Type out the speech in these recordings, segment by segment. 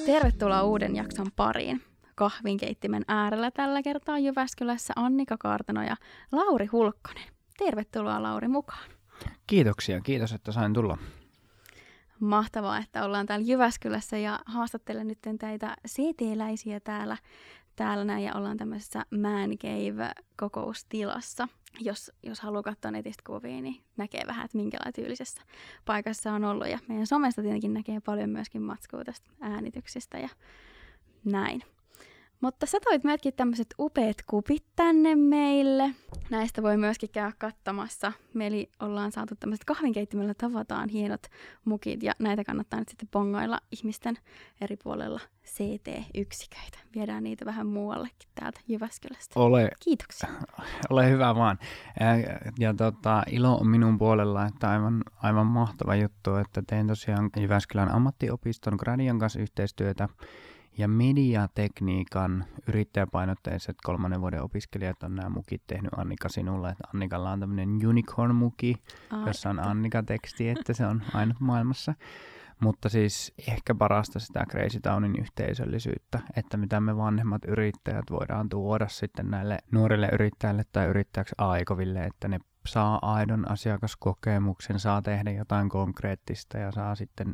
Tervetuloa uuden jakson pariin. Kahvinkeittimen äärellä tällä kertaa Jyväskylässä Annika Kaartano ja Lauri Hulkkonen. Tervetuloa Lauri mukaan. Kiitoksia, kiitos että sain tulla. Mahtavaa, että ollaan täällä Jyväskylässä ja haastattelen nyt teitä CT-läisiä täällä näin ja ollaan tämmöisessä Man Cave-kokoustilassa. Jos haluaa katsoa netistä kuvia, niin näkee vähän, että minkälainen tyylisessä paikassa on ollut. Ja meidän somesta tietenkin näkee paljon myöskin matskua tästä äänityksistä ja näin. Mutta sä toit myöskin tämmöiset upeat kupit tänne meille. Näistä voi myöskin käydä katsomassa. Meillä ollaan saatu tämmöiset kahvinkeittimellä tavataan hienot mukit ja näitä kannattaa nyt sitten bongailla ihmisten eri puolella CT-yksiköitä. Viedään niitä vähän muuallekin täältä Jyväskylästä. Kiitoksia. Ole hyvä vaan. Ja ilo on minun puolella, että aivan mahtava juttu, että teen tosiaan Jyväskylän ammattiopiston Gradian kanssa yhteistyötä. Ja mediatekniikan yrittäjäpainotteiset 3. vuoden opiskelijat on nämä mukit tehnyt Annika sinulle. Että Annikalla on tämmöinen unicorn-muki, jossa on Annika-teksti, että se on ainut maailmassa. Mutta siis ehkä parasta sitä Crazy Townin yhteisöllisyyttä, että mitä me vanhemmat yrittäjät voidaan tuoda sitten näille nuorille yrittäjille tai yrittäjäksi aikoville, että ne saa aidon asiakaskokemuksen, saa tehdä jotain konkreettista ja saa sitten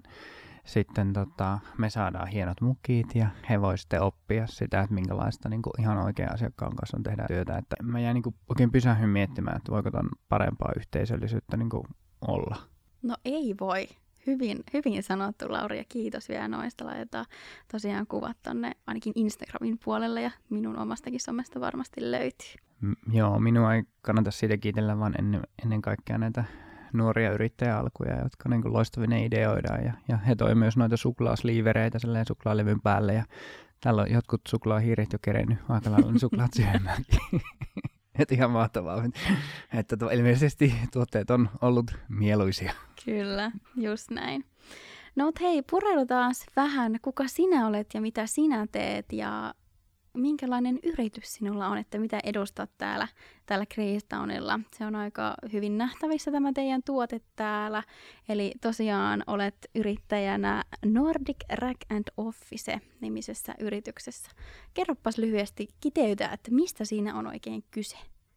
me saadaan hienot mukit ja he voi sitten oppia sitä, että minkälaista niin kuin ihan oikein asiakkaan kanssa on tehdä työtä. Että mä jäin niin kuin oikein pysähdyn miettimään, että voiko ton parempaa yhteisöllisyyttä niin kuin olla. No ei voi. Hyvin sanottu, Lauri, ja kiitos vielä noista. Laitetaan tosiaan kuvat tonne ainakin Instagramin puolelle ja minun omastakin somesta varmasti löytyy. Joo, minua ei kannata siitä kiitellä, vaan ennen kaikkea näitä nuoria yrittäjäalkuja, jotka niin kuin loistavine ideoidaan. Ja he toi myös noita suklaasliivereitä sellainen suklaalevyn päälle. Ja täällä on jotkut suklaahiiret jo kerennyt aika lailla ne suklaat syömäänkin. Että ihan mahtavaa. Että ilmeisesti tuotteet on ollut mieluisia. Kyllä, just näin. No mut hei, pureudutaan vähän, kuka sinä olet ja mitä sinä teet ja minkälainen yritys sinulla on, että mitä edustat täällä Crazy Townilla. Se on aika hyvin nähtävissä tämä teidän tuote täällä. Eli tosiaan olet yrittäjänä Nordic Rack and Office-nimisessä yrityksessä. Kerropas lyhyesti, kiteytä, että mistä siinä on oikein kyse?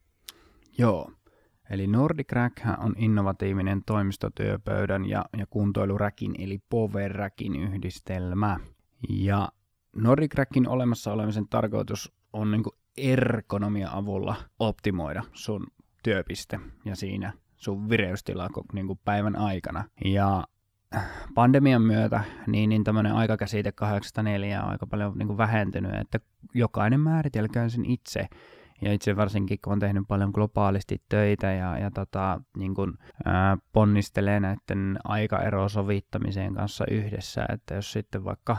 Joo, eli Nordic Rack on innovatiivinen toimistotyöpöydän ja kuntoiluräkin eli Power Rackin yhdistelmä. Ja Nordic Rackin olemassa olemisen tarkoitus on niin kuin ergonomian avulla optimoida sun työpiste ja siinä sun vireystila niin kuin päivän aikana. Ja pandemian myötä niin tämmöinen aikakäsite 8-4 on aika paljon niin kuin vähentynyt, että jokainen määritelköön sen itse. Ja itse varsinkin, kun on tehnyt paljon globaalisti töitä ja niin kuin, ponnistelee näiden aikaerosovittamiseen kanssa yhdessä, että jos sitten vaikka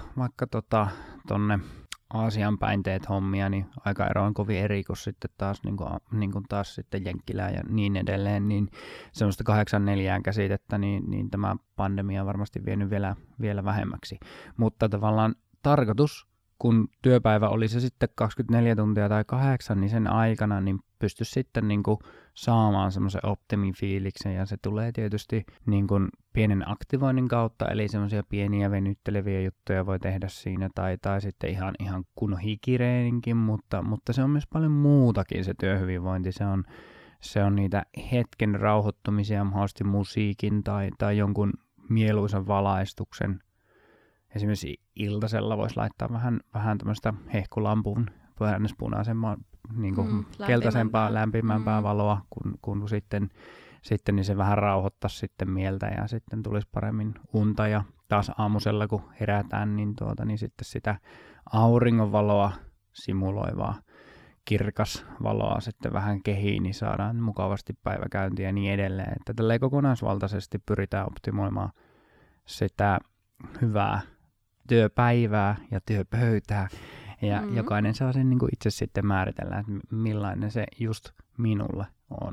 tonne Aasian päin teet hommia, niin aikaero on kovin eri kuin sitten taas, niin kuin taas sitten Jenkkilää ja niin edelleen, niin semmoista 8-4 käsitettä, niin tämä pandemia on varmasti vienyt vielä vähemmäksi. Mutta tavallaan tarkoitus, kun työpäivä oli se sitten 24 tuntia tai 8, niin sen aikana niin pystyisi sitten niin kuin saamaan semmoisen optimifiiliksen ja se tulee tietysti niin kuin pienen aktivoinnin kautta, eli semmoisia pieniä venytteleviä juttuja voi tehdä siinä tai sitten ihan kunnon hikireeninkin, mutta se on myös paljon muutakin se työhyvinvointi, se on niitä hetken rauhoittumisia, mahdollisesti musiikin tai jonkun mieluisan valaistuksen. Esimerkiksi iltasella voisi laittaa vähän tämmöistä hehkulampun punaisempaa, niin kuin keltaisempaa, lämpimämpää valoa, kun sitten niin se vähän rauhoittaisi sitten mieltä ja sitten tulisi paremmin unta. Ja taas aamusella, kun herätään, niin sitten sitä auringonvaloa simuloivaa kirkas valoa sitten vähän kehiin, niin saadaan mukavasti päiväkäyntiä ja niin edelleen. Että tälleen kokonaisvaltaisesti pyritään optimoimaan sitä hyvää työpäivää ja työpöytää. Ja jokainen saa sen niin kuin itse sitten määritellä, että millainen se just minulle on.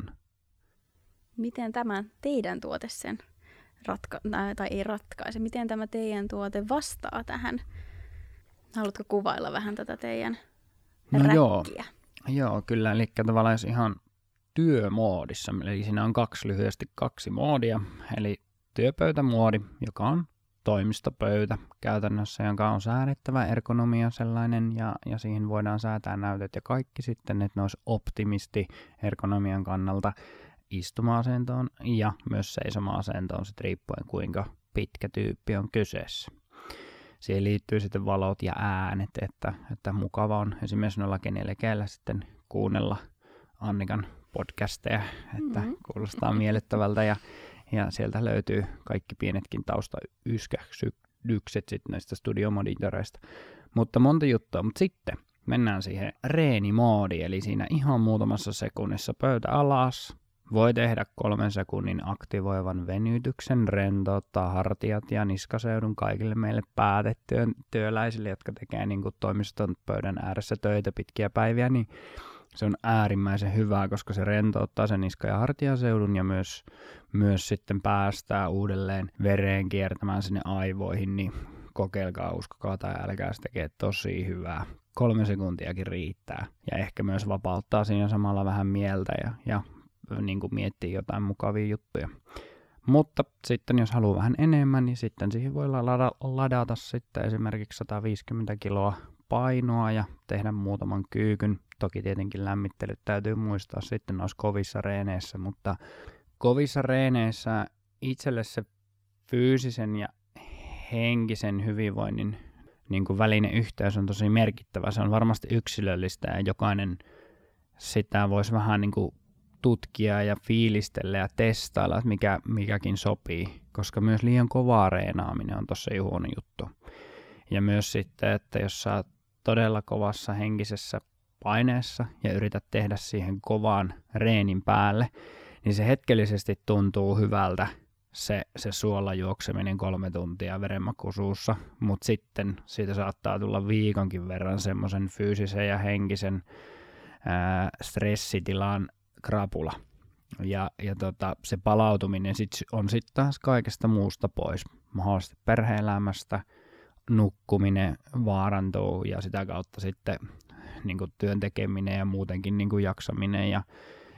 Miten tämä teidän tuote sen tai ei ratkaise? Miten tämä teidän tuote vastaa tähän? Haluatko kuvailla vähän tätä teidän räkkiä? Joo, kyllä. Eli tavallaan jos ihan työmoodissa, eli siinä on lyhyesti kaksi moodia. Eli työpöytämoodi, joka on toimistopöytä käytännössä, jonka on säädettävä ergonomia sellainen, ja siihen voidaan säätää näytöt ja kaikki sitten, että ne olisi optimisti ergonomian kannalta istuma-asentoon ja myös seisoma-asentoon, sit riippuen kuinka pitkä tyyppi on kyseessä. Siihen liittyy sitten valot ja äänet, että mukava on esimerkiksi noilla 4G:llä sitten kuunnella Annikan podcasteja, että kuulostaa miellyttävältä ja sieltä löytyy kaikki pienetkin taustayskykset sitten näistä studiomonitoreista. Mutta monta juttua, mutta sitten mennään siihen reenimoodiin, eli siinä ihan muutamassa sekunnissa pöytä alas. Voi tehdä 3 sekunnin aktivoivan venytyksen, rentouttaa hartiat ja niskaseudun kaikille meille päätetyöläisille, jotka tekee niin kuin toimiston pöydän ääressä töitä pitkiä päiviä, niin se on äärimmäisen hyvää, koska se rentouttaa sen niska- ja hartiaseudun ja myös sitten päästää uudelleen vereen kiertämään sinne aivoihin, niin kokeilkaa, uskokaa tai älkää, se tekee tosi hyvää. 3 sekuntiakin riittää ja ehkä myös vapauttaa siinä samalla vähän mieltä ja niin kuin miettii jotain mukavia juttuja. Mutta sitten jos haluaa vähän enemmän, niin sitten siihen voi ladata sitten esimerkiksi 150 kiloa painoa ja tehdä muutaman kyykyn. Toki tietenkin lämmittelyt täytyy muistaa sitten noissa kovissa reeneissä, mutta kovissa reeneissä itselle se fyysisen ja henkisen hyvinvoinnin niin kuin välinen yhteys on tosi merkittävä. Se on varmasti yksilöllistä ja jokainen sitä voisi vähän niin kuin tutkia ja fiilistellä ja testailla, että mikäkin sopii, koska myös liian kovaa reenaaminen on tosi huono juttu. Ja myös sitten, että jos sä oot todella kovassa henkisessä paineessa ja yrität tehdä siihen kovaan reenin päälle, niin se hetkellisesti tuntuu hyvältä se suolla juokseminen 3 tuntia verenmaku suussa, mutta sitten siitä saattaa tulla viikonkin verran semmoisen fyysisen ja henkisen stressitilan krapula. Ja se palautuminen on sitten taas kaikesta muusta pois. Mahdollisesti perhe-elämästä, nukkuminen vaarantuu ja sitä kautta sitten niin kuin työn tekeminen ja muutenkin niin kuin jaksaminen ja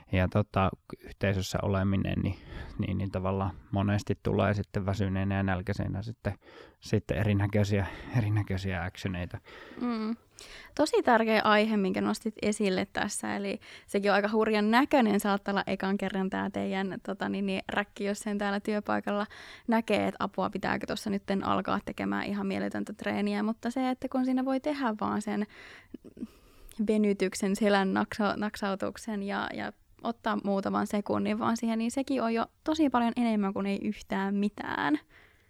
yhteisössä oleminen, niin tavallaan monesti tulee sitten väsyneenä ja nälkäisenä sitten erinäköisiä actioneita. Tosi tärkeä aihe, minkä nostit esille tässä, eli sekin on aika hurjan näköinen, saattaa olla ekan kerran tämä teidän räkki, jos sen täällä työpaikalla näkee, että apua pitääkö tuossa nyt alkaa tekemään ihan mieletöntä treeniä, mutta se, että kun siinä voi tehdä vaan sen venytyksen, selän naksautuksen ja ottaa muutaman sekunnin vaan siihen, niin sekin on jo tosi paljon enemmän kuin ei yhtään mitään.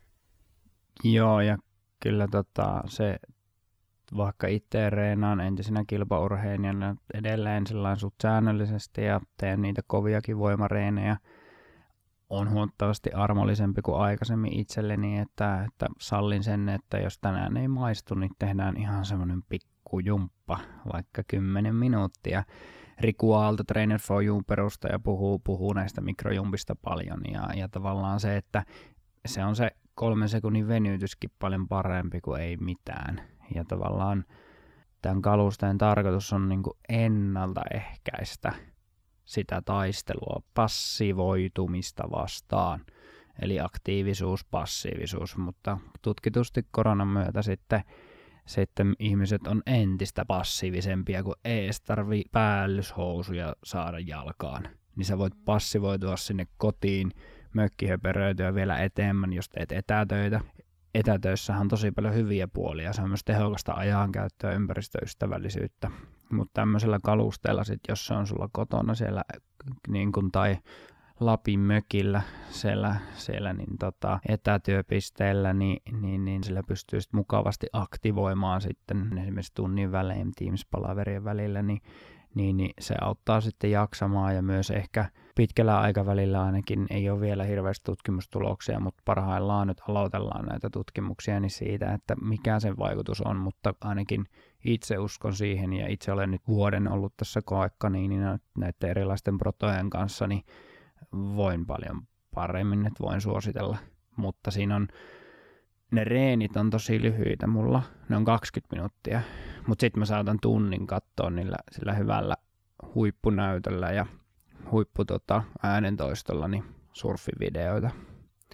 Joo, ja kyllä se, vaikka itse reenaan entisenä kilpaurheilijana edelleen sellainen suht säännöllisesti ja teen niitä koviakin voimareenejä, on huomattavasti armollisempi kuin aikaisemmin itselleni, että sallin sen, että jos tänään ei maistu, niin tehdään ihan semmoinen pikkujumppa, vaikka 10 minuuttia. Riku Aalto, Trainer for You -perustaja puhuu näistä mikrojumpista paljon ja tavallaan se, että se on se 3 sekunnin venytyskin paljon parempi kuin ei mitään. Ja tavallaan tämän kalusteen tarkoitus on niin kuin ennaltaehkäistä sitä taistelua passivoitumista vastaan. Eli aktiivisuus, passiivisuus, mutta tutkitusti koronan myötä sitten ihmiset on entistä passiivisempia, kun ei edes tarvii päällyshousuja saada jalkaan. Niin sä voit passivoitua sinne kotiin, mökkihöperöityä vielä eteenpäin, jos teet etätöitä. Etätöissähän on tosi paljon hyviä puolia. Se on myös tehokasta ajankäyttöä, ympäristöystävällisyyttä. Mutta tämmöisellä kalusteella, jos se on sulla kotona siellä niin kun, tai Lapin mökillä siellä niin etätyöpisteellä, niin sillä pystyy sit mukavasti aktivoimaan sitten esimerkiksi tunnin välein Teams-palaverien välillä, niin se auttaa sitten jaksamaan ja myös ehkä pitkällä aikavälillä ainakin ei ole vielä hirveästi tutkimustuloksia, mutta parhaillaan nyt aloitellaan näitä tutkimuksia niin siitä, että mikä sen vaikutus on, mutta ainakin itse uskon siihen ja itse olen nyt vuoden ollut tässä koekaniinina näiden erilaisten protojen kanssa, niin voin paljon paremmin, että voin suositella, mutta siinä on, ne reenit on tosi lyhyitä mulla, ne on 20 minuuttia, mutta sitten mä saatan tunnin katsoa sillä hyvällä huippunäytöllä ja äänentoistolla niin surfivideoita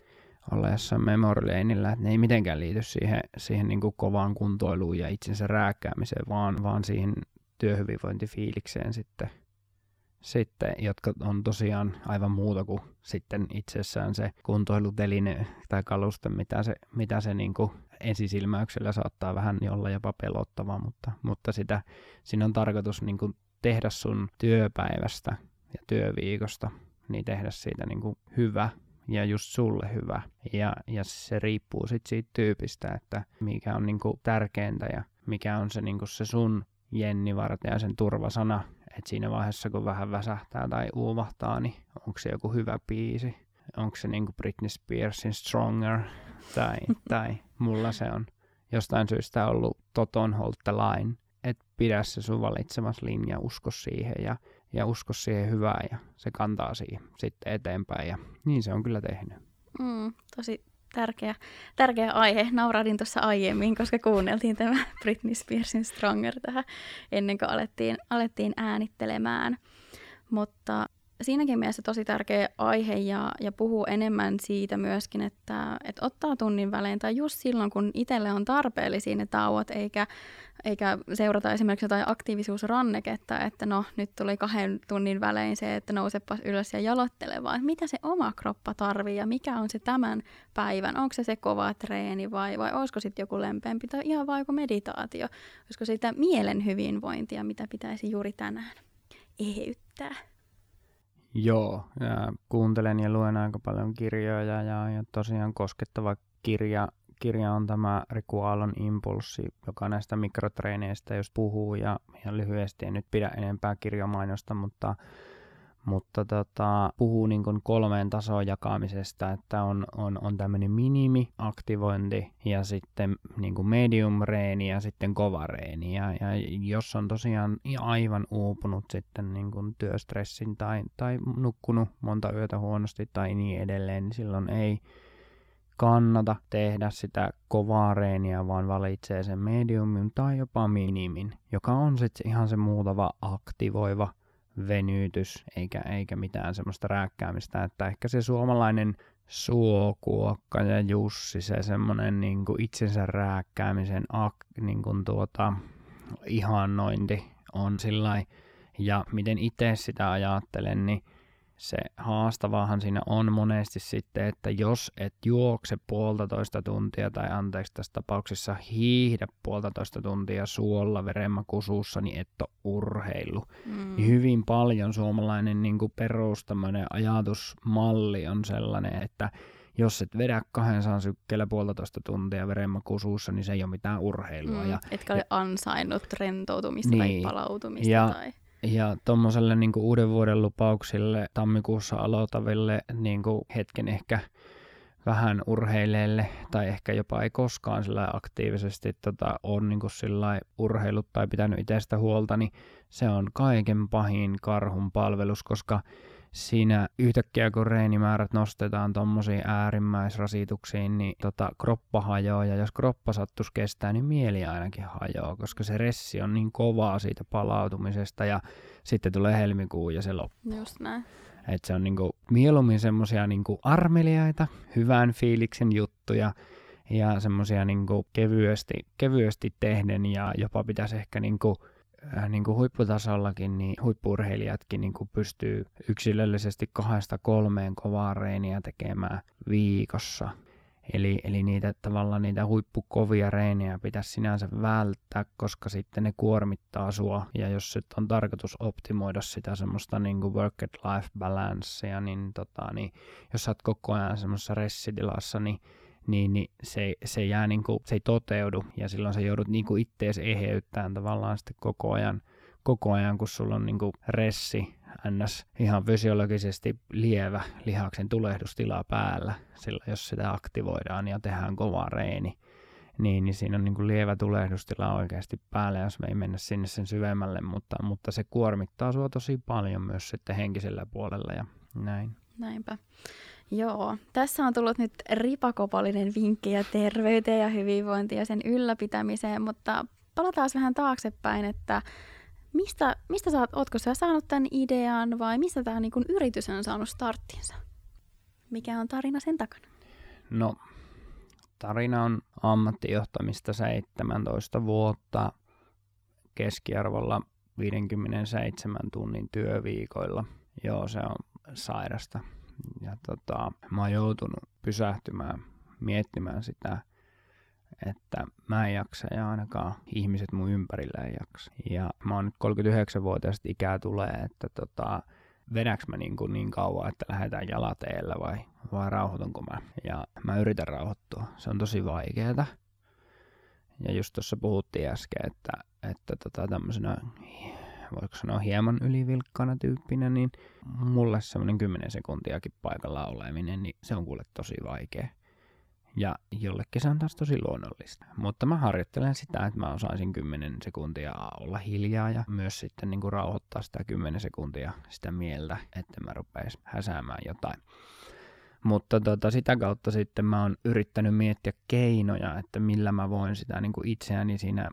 olla jossain memory laneillä, että ne ei mitenkään liity siihen niin kuin kovaan kuntoiluun ja itsensä rääkkäämiseen, vaan siihen työhyvinvointifiilikseen sitten, jotka on tosiaan aivan muuta kuin sitten itsessään se kuntoiluteline tai kaluste, mitä se niin kuin ensisilmäyksellä saattaa vähän olla jopa pelottavaa, mutta siinä on tarkoitus niin kuin tehdä sun työpäivästä ja työviikosta, niin tehdä siitä niin kuin hyvä ja just sulle hyvä. Ja se riippuu sitten siitä tyypistä, että mikä on niin kuin tärkeintä ja mikä on se, niin kuin se sun Jenni Vartiaisen turvasana. Että siinä vaiheessa, kun vähän väsähtää tai uuvahtaa, niin onko se joku hyvä biisi? Onko se niin kuin Britney Spearsin Stronger? Tai mulla se on jostain syystä ollut Toton Hold the Line. Että pidä se sun valitsemas linja, usko siihen ja usko siihen hyvään ja se kantaa siihen sitten eteenpäin. Ja niin se on kyllä tehnyt. Tosi tärkeä aihe. Naurahdin tuossa aiemmin, koska kuunneltiin tämä Britney Spearsin Stronger tähän ennen kuin alettiin äänittelemään. Mutta siinäkin mielessä tosi tärkeä aihe ja puhuu enemmän siitä myöskin, että ottaa tunnin välein tai just silloin, kun itselle on tarpeellisia ne tauot, eikä seurata esimerkiksi jotain aktiivisuusranneketta, että no nyt tuli 2 tunnin välein se, että nousepas ylös ja jalottele, vaan mitä se oma kroppa tarvii ja mikä on se tämän päivän, onko se kova treeni vai olisiko sitten joku lempeämpi tai ihan vaikka meditaatio, olisiko sitä mielen hyvinvointia, mitä pitäisi juuri tänään eheyttää. Joo, ja kuuntelen ja luen aika paljon kirjoja ja tosiaan koskettava kirja on tämä Riku Aallon Impulssi, joka näistä mikrotreeneistä just puhuu ja lyhyesti en nyt pidä enempää kirjamainosta, mutta puhuu niin kuin 3 tason jakamisesta, että on tämmöinen minimi-aktivointi ja sitten niin kuin medium-reeni ja sitten kova reeni. Ja jos on tosiaan aivan uupunut sitten niin kuin työstressin tai nukkunut monta yötä huonosti tai niin edelleen, niin silloin ei kannata tehdä sitä kovaa reeniä, vaan valitsee sen mediumin tai jopa minimin, joka on sitten ihan se muutava aktivoiva venytys, eikä mitään semmoista rääkkäämistä, että ehkä se suomalainen Suokuokka ja Jussi, se semmoinen niinku itsensä rääkkäämisen niinku ihannointi on sillai, ja miten itse sitä ajattelen, niin se haastavahan siinä on monesti sitten, että jos et juokse 1,5 tuntia tai anteeksi tässä tapauksessa hiihdä 1,5 tuntia suolla verenmakusuussa, niin et ole urheilu. Niin hyvin paljon suomalainen niin kuin tämmöinen ajatusmalli on sellainen, että jos et vedä 200 sykkeellä 1,5 tuntia verenmakusuussa, niin se ei ole mitään urheilua. Etkä ole ansainnut rentoutumista tai palautumista. Ja tuommoiselle niin uuden vuoden lupauksille tammikuussa aloitaville niin hetken ehkä vähän urheileille tai ehkä jopa ei koskaan sillä aktiivisesti on niin sillä urheilut tai pitänyt itsestä huolta, niin se on kaiken pahin karhun palvelus, koska siinä yhtäkkiä kun reenimäärät nostetaan tommosiin äärimmäisrasituksiin, niin kroppa hajoaa, ja jos kroppa sattuisi kestää, niin mieli ainakin hajoaa, koska se ressi on niin kovaa siitä palautumisesta, ja sitten tulee helmikuu ja se loppuu. Just näin. Et se on niinku mieluummin semmosia niinku armeliaita, hyvän fiiliksen juttuja, ja semmosia niinku kevyesti tehden, ja jopa pitäisi ehkä niinku huipputasollakin, niin huippu-urheilijatkin niin pystyy yksilöllisesti 2-3 kovaa reeniä tekemään viikossa. Eli niitä huippukovia reenejä pitäisi sinänsä välttää, koska sitten ne kuormittaa sua. Ja jos sit on tarkoitus optimoida sitä semmoista niin work-life balancea, niin jos sä oot koko ajan semmoisessa ressitilassa, niin se ei toteudu, ja silloin sä joudut niinku ittees eheyttämään tavallaan sitten koko ajan, kun sulla on niinku ressi, ns. Ihan fysiologisesti lievä lihaksen tulehdustila päällä, sillä jos sitä aktivoidaan ja tehdään kova reeni, niin siinä on niinku lievä tulehdustila oikeasti päällä, jos me ei mennä sinne sen syvemmälle, mutta se kuormittaa sua tosi paljon myös sitten henkisellä puolella ja näin. Näinpä. Joo, tässä on tullut nyt ripakopallinen vinkkejä terveyteen ja hyvinvointiin ja sen ylläpitämiseen, mutta palataan vähän taaksepäin, että ootko sä saanut tämän idean vai mistä tämä niin kun yritys on saanut starttinsa? Mikä on tarina sen takana? No, tarina on ammattijohtamista 17 vuotta keskiarvolla 57 tunnin työviikoilla. Joo, se on sairasta. Ja mä oon joutunut pysähtymään, miettimään sitä, että mä en jaksa ja ainakaan ihmiset mun ympärillä ei jaksa. Ja mä oon nyt 39-vuotiaasta ikää tulee, että vedäks mä niin kauan, että lähdetään jalateellä vai rauhoitunko mä. Ja mä yritän rauhoittua. Se on tosi vaikeeta. Ja just tuossa puhuttiin äsken, että tämmöisenä, voiko sanoa hieman ylivilkkana tyyppinä, niin mulle semmoinen 10 sekuntiakin paikalla oleminen, niin se on kuule tosi vaikea. Ja jollekin se on taas tosi luonnollista. Mutta mä harjoittelen sitä, että mä osaisin 10 sekuntia olla hiljaa ja myös sitten niin kuin rauhoittaa sitä 10 sekuntia sitä mieltä, että mä rupeisin häsäämään jotain. Mutta sitä kautta sitten mä oon yrittänyt miettiä keinoja, että millä mä voin sitä niin kuin itseäni siinä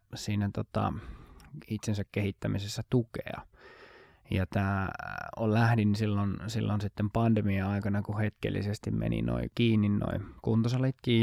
itsensä kehittämisessä tukea. Ja lähdin silloin sitten pandemia-aikana, kun hetkellisesti meni kiinni noi kuntosalitkin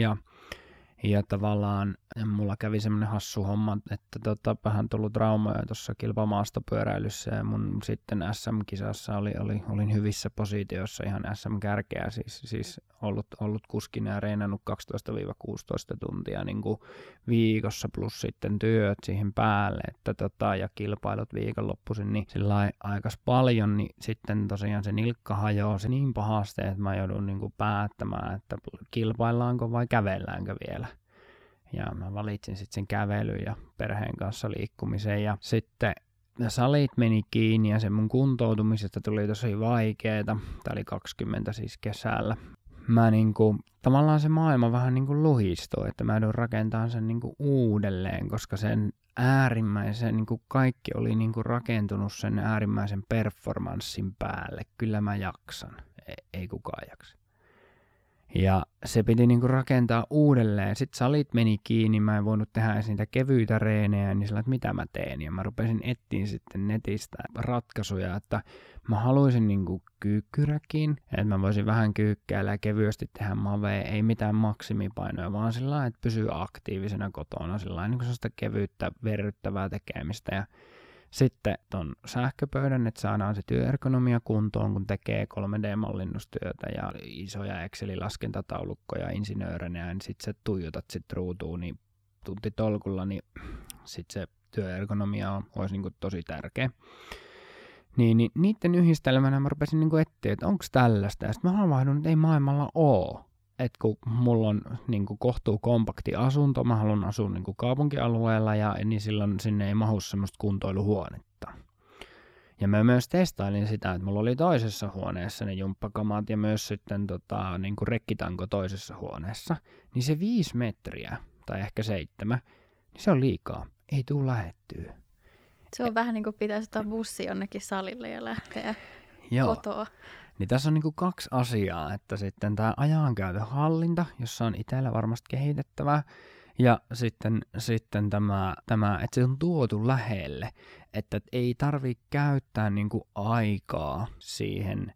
ja tavallaan mulla kävi semmoinen hassu homma, että vähän tullut traumoja tuossa kilpamaastopyöräilyssä ja mun sitten SM-kisassa olin hyvissä positioissa ihan SM-kärkeä, siis ollut kuskina ja reenannut 12-16 tuntia niin kuin viikossa plus sitten työt siihen päälle, että ja kilpailut viikonloppuisin, niin sillä aikas paljon, niin sitten tosiaan se nilkka hajosi niin pahasti, että mä joudun niin kuin päättämään, että kilpaillaanko vai kävelläänkö vielä. Ja mä valitsin sitten sen kävelyn ja perheen kanssa liikkumisen ja sitten salit meni kiinni ja se mun kuntoutumisesta tuli tosi vaikeeta. Tää oli 20 siis kesällä. Mä tavallaan se maailma vähän luhistui, että mä joudun rakentamaan sen uudelleen, koska sen äärimmäisen, kaikki oli rakentunut sen äärimmäisen performanssin päälle. Kyllä mä jaksan, ei kukaan jaksa. Ja se piti rakentaa uudelleen. Sitten salit meni kiinni, mä en voinut tehdä edes niitä kevyitä reenejä, niin sillä, että mitä mä teen. Ja mä rupesin etsiä sitten netistä ratkaisuja, että mä haluaisin kyykkyräkin, että mä voisin vähän kyykkäillä ja kevyesti tehdä mavea, ei mitään maksimipainoja, vaan sillä lailla, että pysyy aktiivisena kotona, sillä lailla sellaista kevyyttä, verryttävää tekemistä. Ja sitten ton sähköpöydän, että saadaan se työergonomia kuntoon, kun tekee 3D-mallinnustyötä ja isoja Excel-laskentataulukkoja insinöörinä, niin sitten sä tuijotat sit ruutuun niin tuntitolkulla, niin sitten se työergonomia olisi tosi tärkeä. Niin niiden yhdistelmänä mä rupesin etsiä, että onko tällaista, ja sitten mä havahdun, että ei maailmalla ole. Että kun mulla on kohtuu kompakti asunto, mä haluan asua kaupunkialueella, niin silloin sinne ei mahu semmoista kuntoiluhuonetta. Ja mä myös testailin sitä, että mulla oli toisessa huoneessa ne jumppakamat ja myös sitten rekkitanko toisessa huoneessa. Niin se 5 metriä, tai ehkä 7, niin se on liikaa. Ei tule lähettyä. Se on vähän niin kuin pitäisi ottaa bussi jonnekin salille ja lähteä kotoa. Niin tässä on 2 asiaa, että sitten tämä ajankäytön hallinta, jossa on itsellä varmasti kehitettävää, ja sitten tämä, että se on tuotu lähelle, että ei tarvitse käyttää aikaa siihen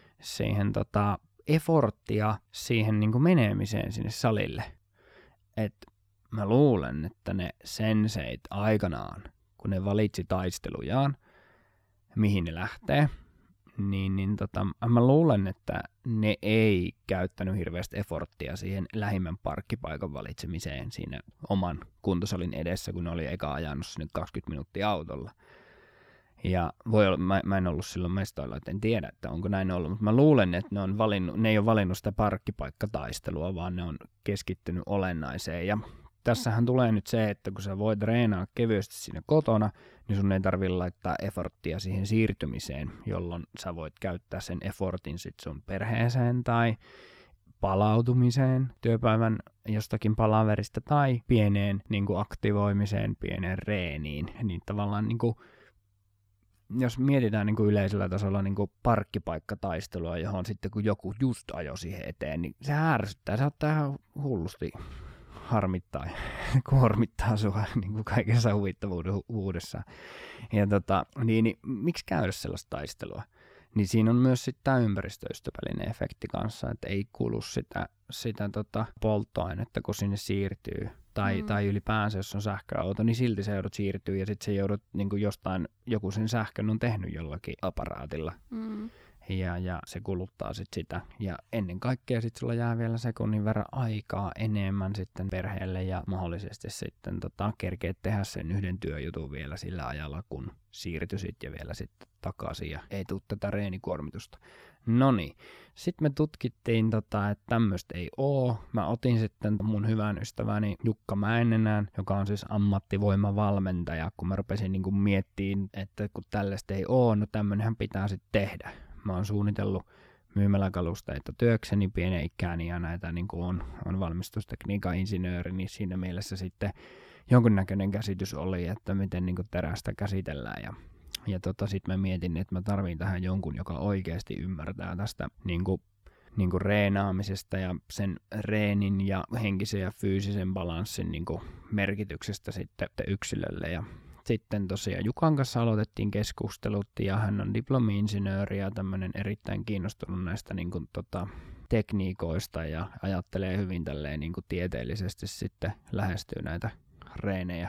efforttia siihen menemiseen sinne salille. Et mä luulen, että ne senseit aikanaan, kun ne valitsi taistelujaan, mihin ne lähtee, mä luulen, että ne ei käyttänyt hirveästi efforttia siihen lähimmän parkkipaikan valitsemiseen siinä oman kuntosalin edessä, kun ne oli eka ajanut sinne 20 minuuttia autolla. Ja voi olla, mä en ollut silloin mestoilla, että en tiedä, että onko näin ollut, mutta mä luulen, että ne ei ole valinnut sitä parkkipaikkataistelua, vaan ne on keskittynyt olennaiseen. Ja tässähän tulee nyt se, että kun sä voit treenaa kevyesti siinä kotona, niin sun ei tarvitse laittaa efforttia siihen siirtymiseen, jolloin sä voit käyttää sen effortin sit sun perheeseen tai palautumiseen työpäivän jostakin palaverista tai pieneen aktivoimiseen, pieneen reeniin. Niin tavallaan jos mietitään yleisellä tasolla parkkipaikkataistelua, johon sitten kun joku just ajoi siihen eteen, niin se ärsyttää, se ottaa ihan hullusti harmittaa ja kuormittaa sua kaikessa huvittavuudessa. Ja niin, miksi käydä sellaista taistelua? Niin siinä on myös sitten tämä ympäristöystävällinen efekti kanssa, että ei kulu sitä polttoainetta, kun sinne siirtyy. Tai ylipäänsä, jos on sähköauto, niin silti se joudut siirtyä ja sitten se joudut niin kuin jostain, joku sen sähkön on tehnyt jollakin aparaatilla. Ja se kuluttaa sitä. Ja ennen kaikkea sitten sulla jää vielä sekunnin verran aikaa enemmän sitten perheelle ja mahdollisesti sitten kerkeet tehdä sen yhden työjutun vielä sillä ajalla, kun siirtyisit ja vielä sitten takaisin ja ei tule tätä reenikuormitusta. Noniin, sitten me tutkittiin, että tämmöistä ei oo. Mä otin sitten mun hyvän ystäväni Jukka Mäennenään, joka on siis ammattivoimavalmentaja, kun mä rupesin niin miettimään, että kun tällaista ei oo, no tämmönenhän pitää sitten tehdä. Mä oon suunnitellut myymäläkalusteita työkseni pienen ikäni ja näitä niin kuin on valmistustekniikan insinööri, niin siinä mielessä sitten jonkunnäköinen käsitys oli, että miten niin kuin terästä käsitellään. Ja sitten mä mietin, että mä tarviin tähän jonkun, joka oikeasti ymmärtää tästä niin kuin reenaamisesta ja sen reenin ja henkisen ja fyysisen balanssin niin kuin merkityksestä sitten yksilölle. Ja sitten tosiaan Jukan kanssa aloitettiin keskustelut ja hän on diplomi-insinööri ja tämmöinen erittäin kiinnostunut näistä niin kuin, tekniikoista ja ajattelee hyvin tälleen niin kuin tieteellisesti sitten lähestyy näitä reenejä.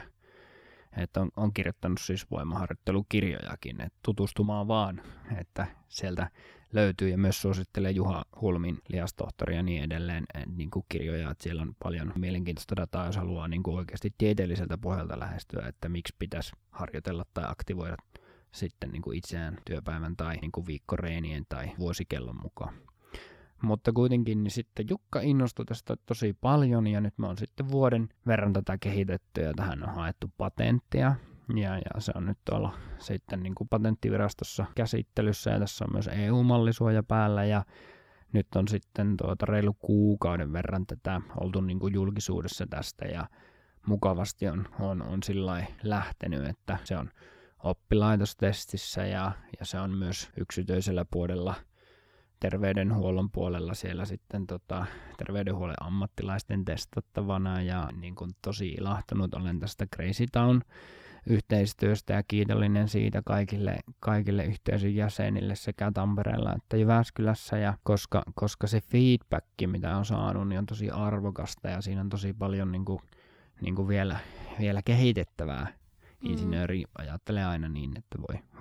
Että on kirjoittanut siis voimaharjoittelukirjojakin, että tutustumaan vaan, että sieltä löytyy ja myös suosittelee Juha Hulmin lihastohtori ja niin edelleen niin kuin kirjoja, että siellä on paljon mielenkiintoista dataa, jos haluaa niin kuin oikeasti tieteelliseltä pohjalta lähestyä, että miksi pitäisi harjoitella tai aktivoida sitten niin kuin itseään työpäivän tai niin kuin viikkoreenien tai vuosikellon mukaan. Mutta kuitenkin niin sitten Jukka innostui tästä tosi paljon ja nyt mä oon sitten vuoden verran tätä kehitetty ja tähän on haettu patenttia. Ja se on nyt tuolla sitten niin kuin patenttivirastossa käsittelyssä ja tässä on myös EU-mallisuoja päällä ja nyt on sitten reilu kuukauden verran tätä oltu niin kuin julkisuudessa tästä ja mukavasti on sillai lähtenyt, että se on oppilaitostestissä ja se on myös yksityisellä puolella terveydenhuollon puolella siellä sitten terveydenhuollon ammattilaisten testattavana ja niin kuin tosi ilahtunut olen tästä Crazy Town yhteistyöstä ja kiitollinen siitä kaikille yhteisön jäsenille sekä Tampereella että Jyväskylässä ja koska se feedback, mitä on saanut, niin on tosi arvokasta ja siinä on tosi paljon niin kuin vielä kehitettävää. Insinööri ajattelee aina niin, että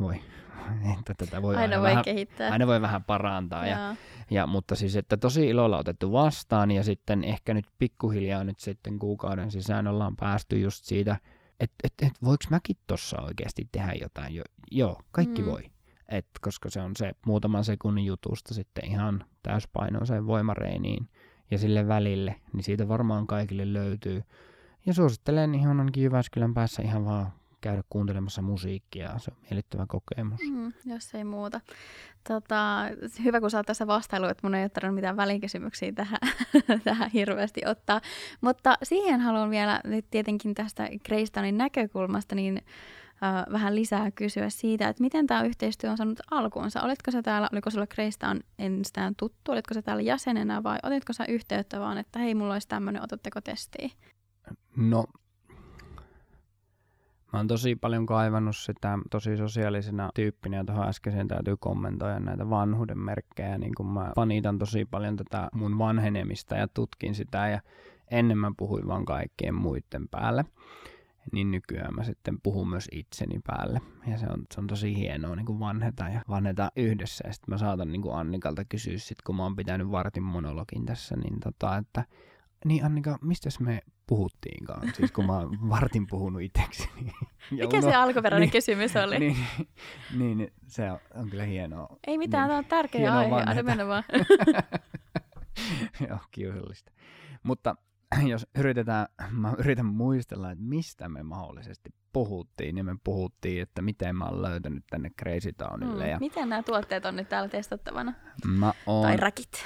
että tätä voi aina voi kehittää. Aina voi vähän parantaa. Mutta siis, että tosi ilolla otettu vastaan ja sitten ehkä nyt pikkuhiljaa nyt sitten kuukauden sisään ollaan päästy just siitä, että voiko mäkin tossa oikeasti tehdä jotain? Joo, kaikki voi. Koska se on se muutaman sekunnin jutusta sitten ihan täyspainoiseen voimareeniin ja sille välille, niin siitä varmaan kaikille löytyy. Ja suosittelen ihan ainakin Jyväskylän päässä ihan vaan käydä kuuntelemassa musiikkia. Se on miellyttävä kokemus. Jos ei muuta. Hyvä, kun sä oot tässä vastailu, että mun ei ole tarvinnut mitään välikysymyksiä tähän hirveästi ottaa. Mutta siihen haluan vielä nyt tietenkin tästä Crazy Townin näkökulmasta niin vähän lisää kysyä siitä, että miten tämä yhteistyö on saanut alkuunsa. Oliko sulla Crazy Town ennestään tuttu? Olitko sä täällä jäsenenä vai otitko sä yhteyttä vaan, että hei, mulla olisi tämmöinen, otatteko testiä? No, mä oon tosi paljon kaivannut sitä tosi sosiaalisena tyyppinä ja tuohon äskeiseen täytyy kommentoida näitä vanhuuden merkkejä. Niin kun mä fanitan tosi paljon tätä mun vanhenemista ja tutkin sitä ja ennen mä puhuin vaan kaikkien muiden päälle. Niin nykyään mä sitten puhun myös itseni päälle. Ja se on tosi hienoa niin kuin vanheta yhdessä. Ja sitten mä saatan niin kuin Annikalta kysyä sit, kun mä oon pitänyt vartin monologin tässä, niin että niin Annika, mistäs me puhuttiinkaan? Siis kun mä oon vartin puhunut itsekseni. Mikä se alkuperäinen kysymys oli? Niin, se on kyllä hienoa. Ei mitään, tämä on tärkeä aihe. Aina mennä vaan. Joo, kiusallista. Mutta jos mä yritän muistella, että mistä me mahdollisesti puhuttiin, niin me puhuttiin, että miten mä oon löytänyt tänne Crazy Townille. Ja miten nämä tuotteet on nyt täällä testattavana? Tai räkit?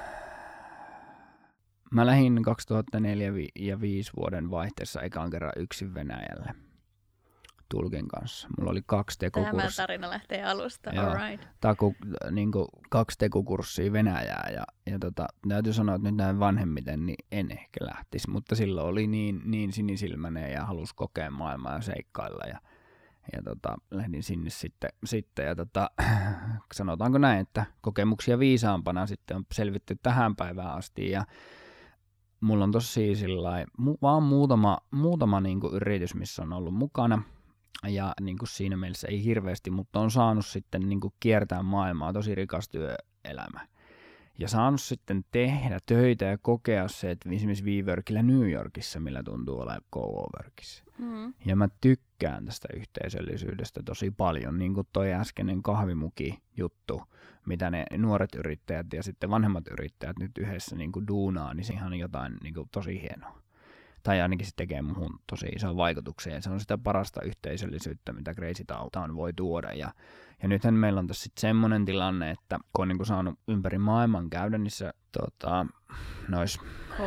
Mä lähdin 2004 ja 2005 vuoden vaihteessa ekan kerran yksin Venäjälle tulkin kanssa. Mulla oli 2 tekukurssia. Tämä tarina lähtee alusta, alright. 2 tekukurssia Venäjää ja täytyy sanoa, että nyt näin vanhemmiten niin en ehkä lähtisi, mutta silloin oli niin sinisilmäinen ja halusi kokea maailmaa ja seikkailla lähdin sinne sitten ja sanotaanko näin, että kokemuksia viisaampana sitten on selvitty tähän päivään asti ja mulla on tosi vaan muutama niinku yritys, missä on ollut mukana ja niinku siinä mielessä ei hirveästi, mutta on saanut sitten niinku kiertää maailmaa, tosi rikas työelämä. Ja saanut sitten tehdä töitä ja kokea se, että esimerkiksi WeWorkilla New Yorkissa, millä tuntuu olevan coworkissa. Ja mä tykkään tästä yhteisöllisyydestä tosi paljon, niin kuin toi äskeinen kahvimuki-juttu, mitä ne nuoret yrittäjät ja sitten vanhemmat yrittäjät nyt yhdessä niin kuin duunaa, niin se on jotain niin kuin tosi hienoa. Tai ainakin se tekee muhun tosi ison vaikutuksen ja se on sitä parasta yhteisöllisyyttä, mitä Crazy Town voi tuoda. Ja nythän meillä on tässä sitten semmoinen tilanne, että kun on niin kuin saanut ympäri maailman käydä niissä noissa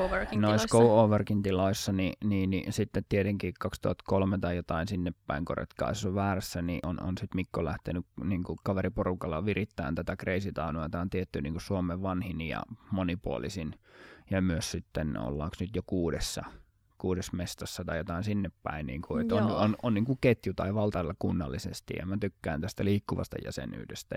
coworking tiloissa, niin sitten tietenkin 2003 tai jotain sinne päin, korjatkaa jos on väärässä, niin on sitten Mikko lähtenyt niin kuin kaveriporukalla virittämään tätä Crazy Townia. Tämä on tietty niin kuin Suomen vanhin ja monipuolisin ja myös sitten ollaanko nyt jo kuudessa mestassa tai jotain sinne päin, niin kuin, että on niin kuin ketju tai valtailla kunnallisesti ja mä tykkään tästä liikkuvasta jäsenyydestä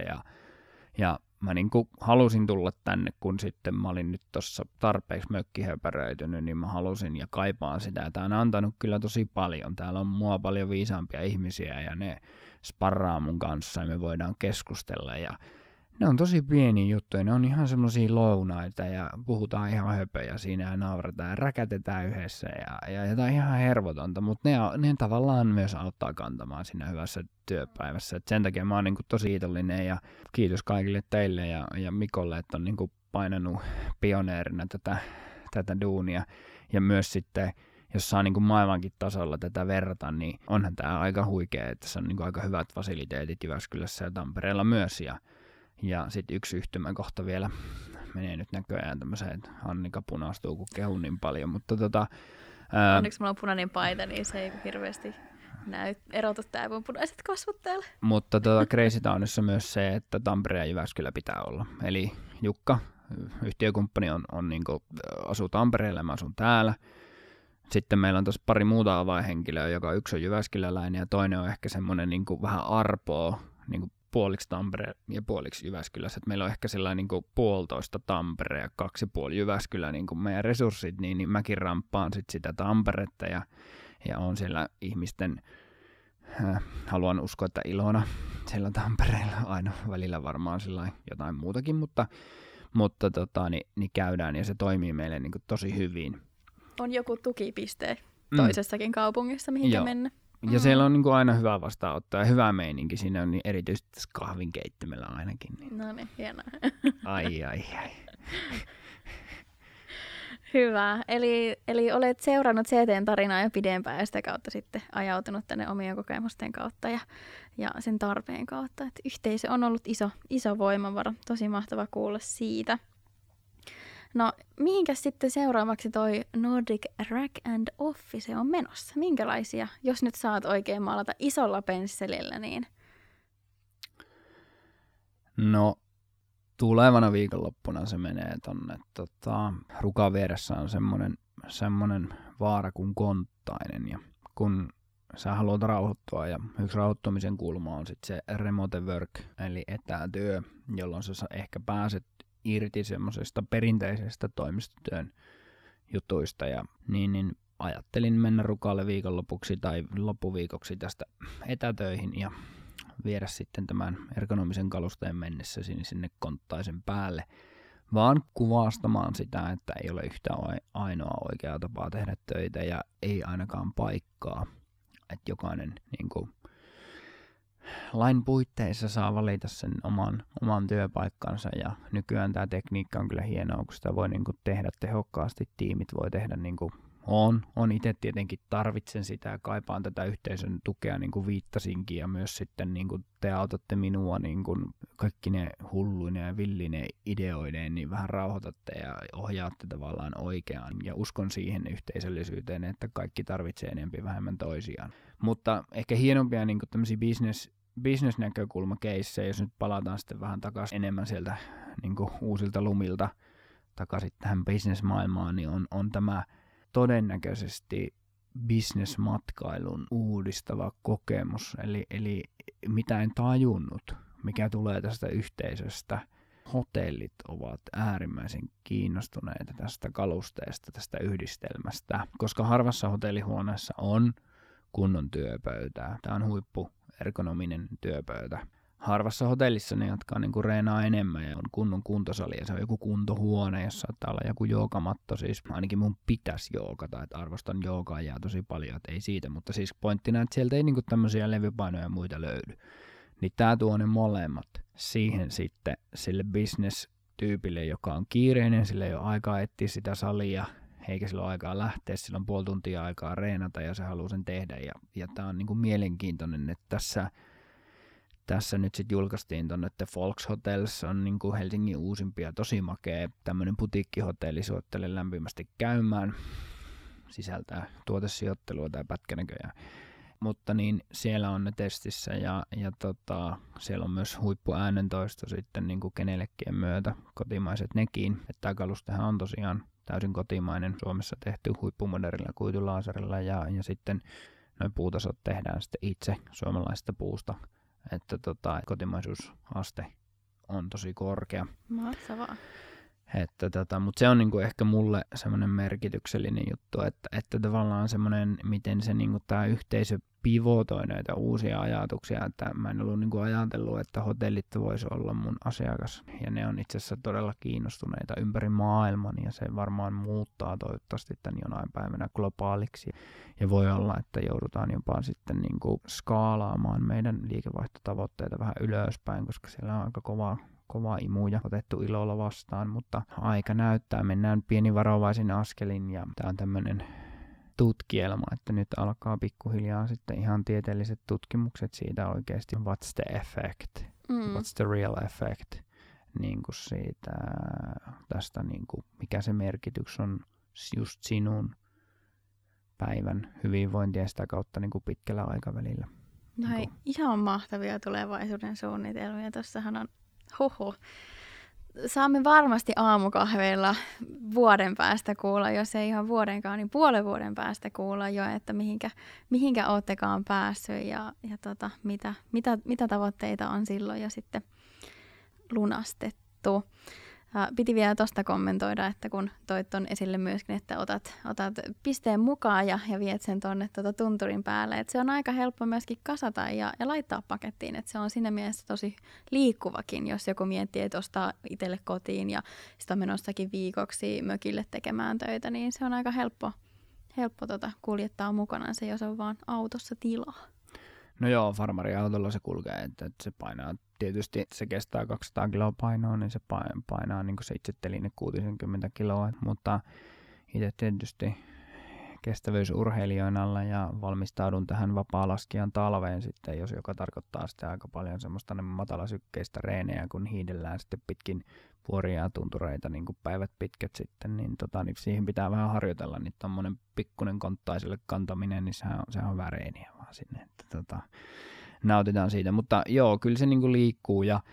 ja mä niin kuin halusin tulla tänne, kun sitten mä olin nyt tuossa tarpeeksi mökkihöpäröitynyt, niin mä halusin ja kaipaan sitä. Tää on antanut kyllä tosi paljon. Täällä on mua paljon viisaampia ihmisiä ja ne sparraa mun kanssa ja me voidaan keskustella ja ne on tosi pieniä juttuja, ne on ihan semmosia lounaita ja puhutaan ihan höpöjä siinä ja naurataan ja räkätetään yhdessä ja jotain ihan hervotonta, mutta ne tavallaan myös auttaa kantamaan siinä hyvässä työpäivässä. Et sen takia mä oon niinku tosi kiitollinen ja kiitos kaikille teille ja Mikolle, että on niinku painanut pioneerina tätä duunia ja myös sitten jos saa niin kuin maailmankin tasolla tätä verrata, niin onhan tämä aika huikea, että se on niin kuin aika hyvät fasiliteetit Jyväskylässä ja Tampereella myös ja sitten yksi yhtymäkohta vielä menee nyt näköjään tämmöiseen, että Annika punastuu, kun kehun niin paljon, mutta onneksi mulla on punainen paita, niin se ei hirveästi erotu tää mun punaiset kasvot täällä. Mutta Crazy Townissa myös se, että Tampere ja Jyväskylä pitää olla. Eli Jukka, yhtiökumppani, on niinku, asuu Tampereella ja mä asun täällä. Sitten meillä on tuossa pari muuta avainhenkilöä, joka yksi on jyväskyläläinen ja toinen on ehkä semmoinen niinku vähän arpoo, niinku puoliksi Tampere ja puoliksi Jyväskylässä. Et meillä on ehkä sellainen niin 1,5 Tampere ja 2,5 Jyväskylä niin meidän resurssit, niin mäkin ramppaan sit sitä Tamperetta ja on siellä ihmisten, haluan uskoa, että ilona siellä Tampereella aina välillä varmaan jotain muutakin, mutta niin käydään ja se toimii meille niin tosi hyvin. On joku tukipiste toisessakin kaupungissa, mihinkä mennä. Ja siellä on niin kuin aina hyvä vastaanotto ja hyvä meininki. Siinä on niin erityisesti tässä kahvinkeittimellä ainakin. Niin. No niin, hienoa. Ai. Hyvä. Eli olet seurannut CT:n tarinaa jo pidempään ja sitä kautta sitten ajautunut tänne omien kokemusten kautta ja sen tarpeen kautta. Et yhteisö on ollut iso voimavara. Tosi mahtava kuulla siitä. No, mihinkäs sitten seuraavaksi toi Nordic Rack and Office on menossa? Minkälaisia, jos nyt saat oikein maalata isolla pensselillä, niin? No, tulevana viikonloppuna se menee tonne. Rukan vieressä on semmonen vaara kuin Konttainen. Ja kun sä haluat rauhoittua ja yksi rauhoittumisen kulma on sitten se remote work, eli etätyö, jolloin sä ehkä pääset irti semmoisesta perinteisestä toimistotyön jutuista ja niin ajattelin mennä Rukalle viikonlopuksi tai loppuviikoksi tästä etätöihin ja viedä sitten tämän ergonomisen kalusteen mennessä sinne Konttaisen päälle, vaan kuvastamaan sitä, että ei ole yhtään ainoa oikeaa tapaa tehdä töitä ja ei ainakaan paikkaa, että jokainen niin kuin lain puitteissa saa valita sen oman työpaikkansa ja nykyään tämä tekniikka on kyllä hienoa, kun sitä voi niin kuin tehdä tehokkaasti, tiimit voi tehdä niin kuin on itse tietenkin tarvitsen sitä ja kaipaan tätä yhteisön tukea niin kuin viittasinkin ja myös sitten niin kuin te autatte minua niin kuin kaikki ne hulluine ja villine ideoineen, niin vähän rauhoitatte ja ohjaatte tavallaan oikeaan ja uskon siihen yhteisöllisyyteen, että kaikki tarvitsee enemmän vähemmän toisiaan. Mutta ehkä hienompia niin kuin tämmöisiä business-näkökulma-keissejä, jos nyt palataan sitten vähän takaisin enemmän sieltä niin kuin uusilta lumilta takaisin tähän business-maailmaan, niin on tämä todennäköisesti business-matkailun uudistava kokemus, eli mitä en tajunnut, mikä tulee tästä yhteisöstä. Hotellit ovat äärimmäisen kiinnostuneita tästä kalusteesta, tästä yhdistelmästä, koska harvassa hotellihuoneessa on kunnon työpöytää. Tämä on huippuergonominen työpöytä. Harvassa hotellissa ne, jotka niinku reenaa enemmän ja on kunnon kuntosali ja se on joku kuntohuone, jossa saattaa olla joku joogamatto. Siis ainakin mun pitäisi joogata, että arvostan joogaa ja tosi paljon, että ei siitä. Mutta siis pointtina, että sieltä ei niinku tämmöisiä levypainoja ja muita löydy. Niin tää tuo ne molemmat siihen sitten sille business-tyypille, joka on kiireinen, sillä ei ole aikaa etsiä sitä salia, eikä sillä ole aikaa lähteä, sillä on puoli tuntia aikaa reenata ja se haluaa sen tehdä. Ja tää on niinku mielenkiintoinen, että tässä nyt sitten julkaistiin tuonne, että Volkshotels on niinku Helsingin uusimpia, tosi makea tämmöinen putiikkihotelli, suosittelen lämpimästi käymään. Sisältää tuotesijoittelua tai pätkänäköjään. Mutta niin siellä on ne testissä ja siellä on myös huippuäänentoisto sitten niin kuin kenellekin myötä, kotimaiset nekin. Tämä kalustehan on tosiaan täysin kotimainen, Suomessa tehty huippumodernilla kuitulaaserilla ja sitten noin puutasot tehdään sitten itse suomalaisesta puusta. Että kotimaisuusaste on tosi korkea. Mahtavaa. Mutta se on niinku ehkä mulle semmoinen merkityksellinen juttu, että tavallaan semmoinen, miten se niinku tää yhteisö pivotoi näitä uusia ajatuksia, että mä en ollut niinku ajatellut, että hotellit voisi olla mun asiakas, ja ne on itse asiassa todella kiinnostuneita ympäri maailman, ja se varmaan muuttaa toivottavasti tämän jonain päivänä globaaliksi, ja voi olla, että joudutaan jopa sitten niinku skaalaamaan meidän liikevaihtotavoitteita vähän ylöspäin, koska siellä on aika kova imu ja otettu ilolla vastaan, mutta aika näyttää, mennään pieni varovaisin askelin ja tämä on tämmöinen tutkielma, että nyt alkaa pikkuhiljaa sitten ihan tieteelliset tutkimukset siitä oikeasti, what's the effect, what's the real effect, niin kuin siitä, tästä niin kuin, mikä se merkitys on just sinun päivän hyvinvointia sitä kautta niin kuin pitkällä aikavälillä. No hei, ihan mahtavia tulevaisuuden suunnitelmia. Tossahan on Saamme varmasti aamukahveilla vuoden päästä kuulla, jos ei ihan vuodenkaan, niin puolen vuoden päästä kuulla jo, että mihinkä oottekaan päässyt ja mitä tavoitteita on silloin jo sitten lunastettu. Piti vielä tuosta kommentoida, että kun toit ton esille myöskin, että otat pisteen mukaan ja viet sen tuonne tunturin päälle. Että se on aika helppo myöskin kasata ja laittaa pakettiin. Että se on siinä mielessä tosi liikkuvakin, jos joku miettii, että ostaa itselle kotiin ja sitä on menossakin viikoksi mökille tekemään töitä, niin se on aika helppo kuljettaa mukanaan se, jos on vaan autossa tilaa. No joo, farmariautolla se kulkee, että se painaa, tietysti se kestää 200 kiloa painoa, niin se painaa niin kuin se itse teline 60 kiloa, mutta itse tietysti kestävyysurheilijoina ja valmistaudun tähän vapaa-laskijan talveen sitten, joka tarkoittaa sitten aika paljon semmoista matalasykkeistä reenejä, kun hiidellään sitten pitkin vuoria ja tuntureita niin kuin päivät pitkät sitten, niin siihen pitää vähän harjoitella, niin tommonen pikkunen konttaiselle kantaminen, niin sehän on väreeniä vaan sinne, että nautitaan siitä, mutta joo, kyllä se niin kuin liikkuu ja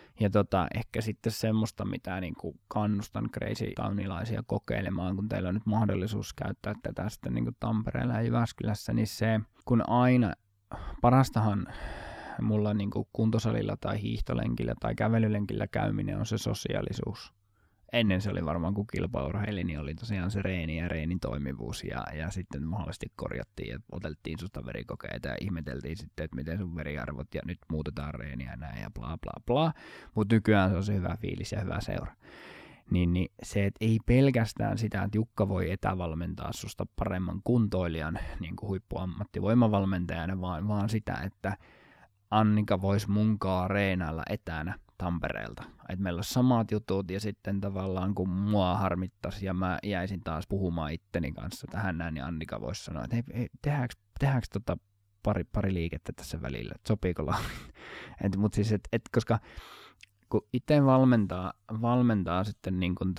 ehkä sitten semmoista, mitä niin kuin kannustan Crazy Townilaisia kokeilemaan, kun teillä on nyt mahdollisuus käyttää tätä sitten niin kuin Tampereella ja Jyväskylässä, niin se, kun aina, parastahan mulla niin kuin kuntosalilla tai hiihtolenkillä tai kävelylenkillä käyminen on se sosiaalisuus. Ennen se oli varmaan, kun kilpaurheili, niin oli tosiaan se reeni ja reenin toimivuus ja sitten mahdollisesti korjattiin ja oteltiin susta verikokeita ja ihmeteltiin sitten, että miten sun veriarvot ja nyt muutetaan reeniä ja näin ja bla bla bla. Mutta nykyään se on se hyvä fiilis ja hyvä seura. Niin se, että ei pelkästään sitä, että Jukka voi etävalmentaa susta paremman kuntoilijan niin kuin huippuammattivoimavalmentajana, vaan sitä, että Annika voisi munkaan reenailla etänä Tampereelta. Että meillä olisi samat jutut ja sitten tavallaan kun mua harmittaisi ja mä jäisin taas puhumaan itteni kanssa tähän näin, niin Annika voisi sanoa, että hei, tehdäänkö pari liikettä tässä välillä, että sopiiko Lauri? Mutta siis, koska kun itse valmentaa sitten niin kuin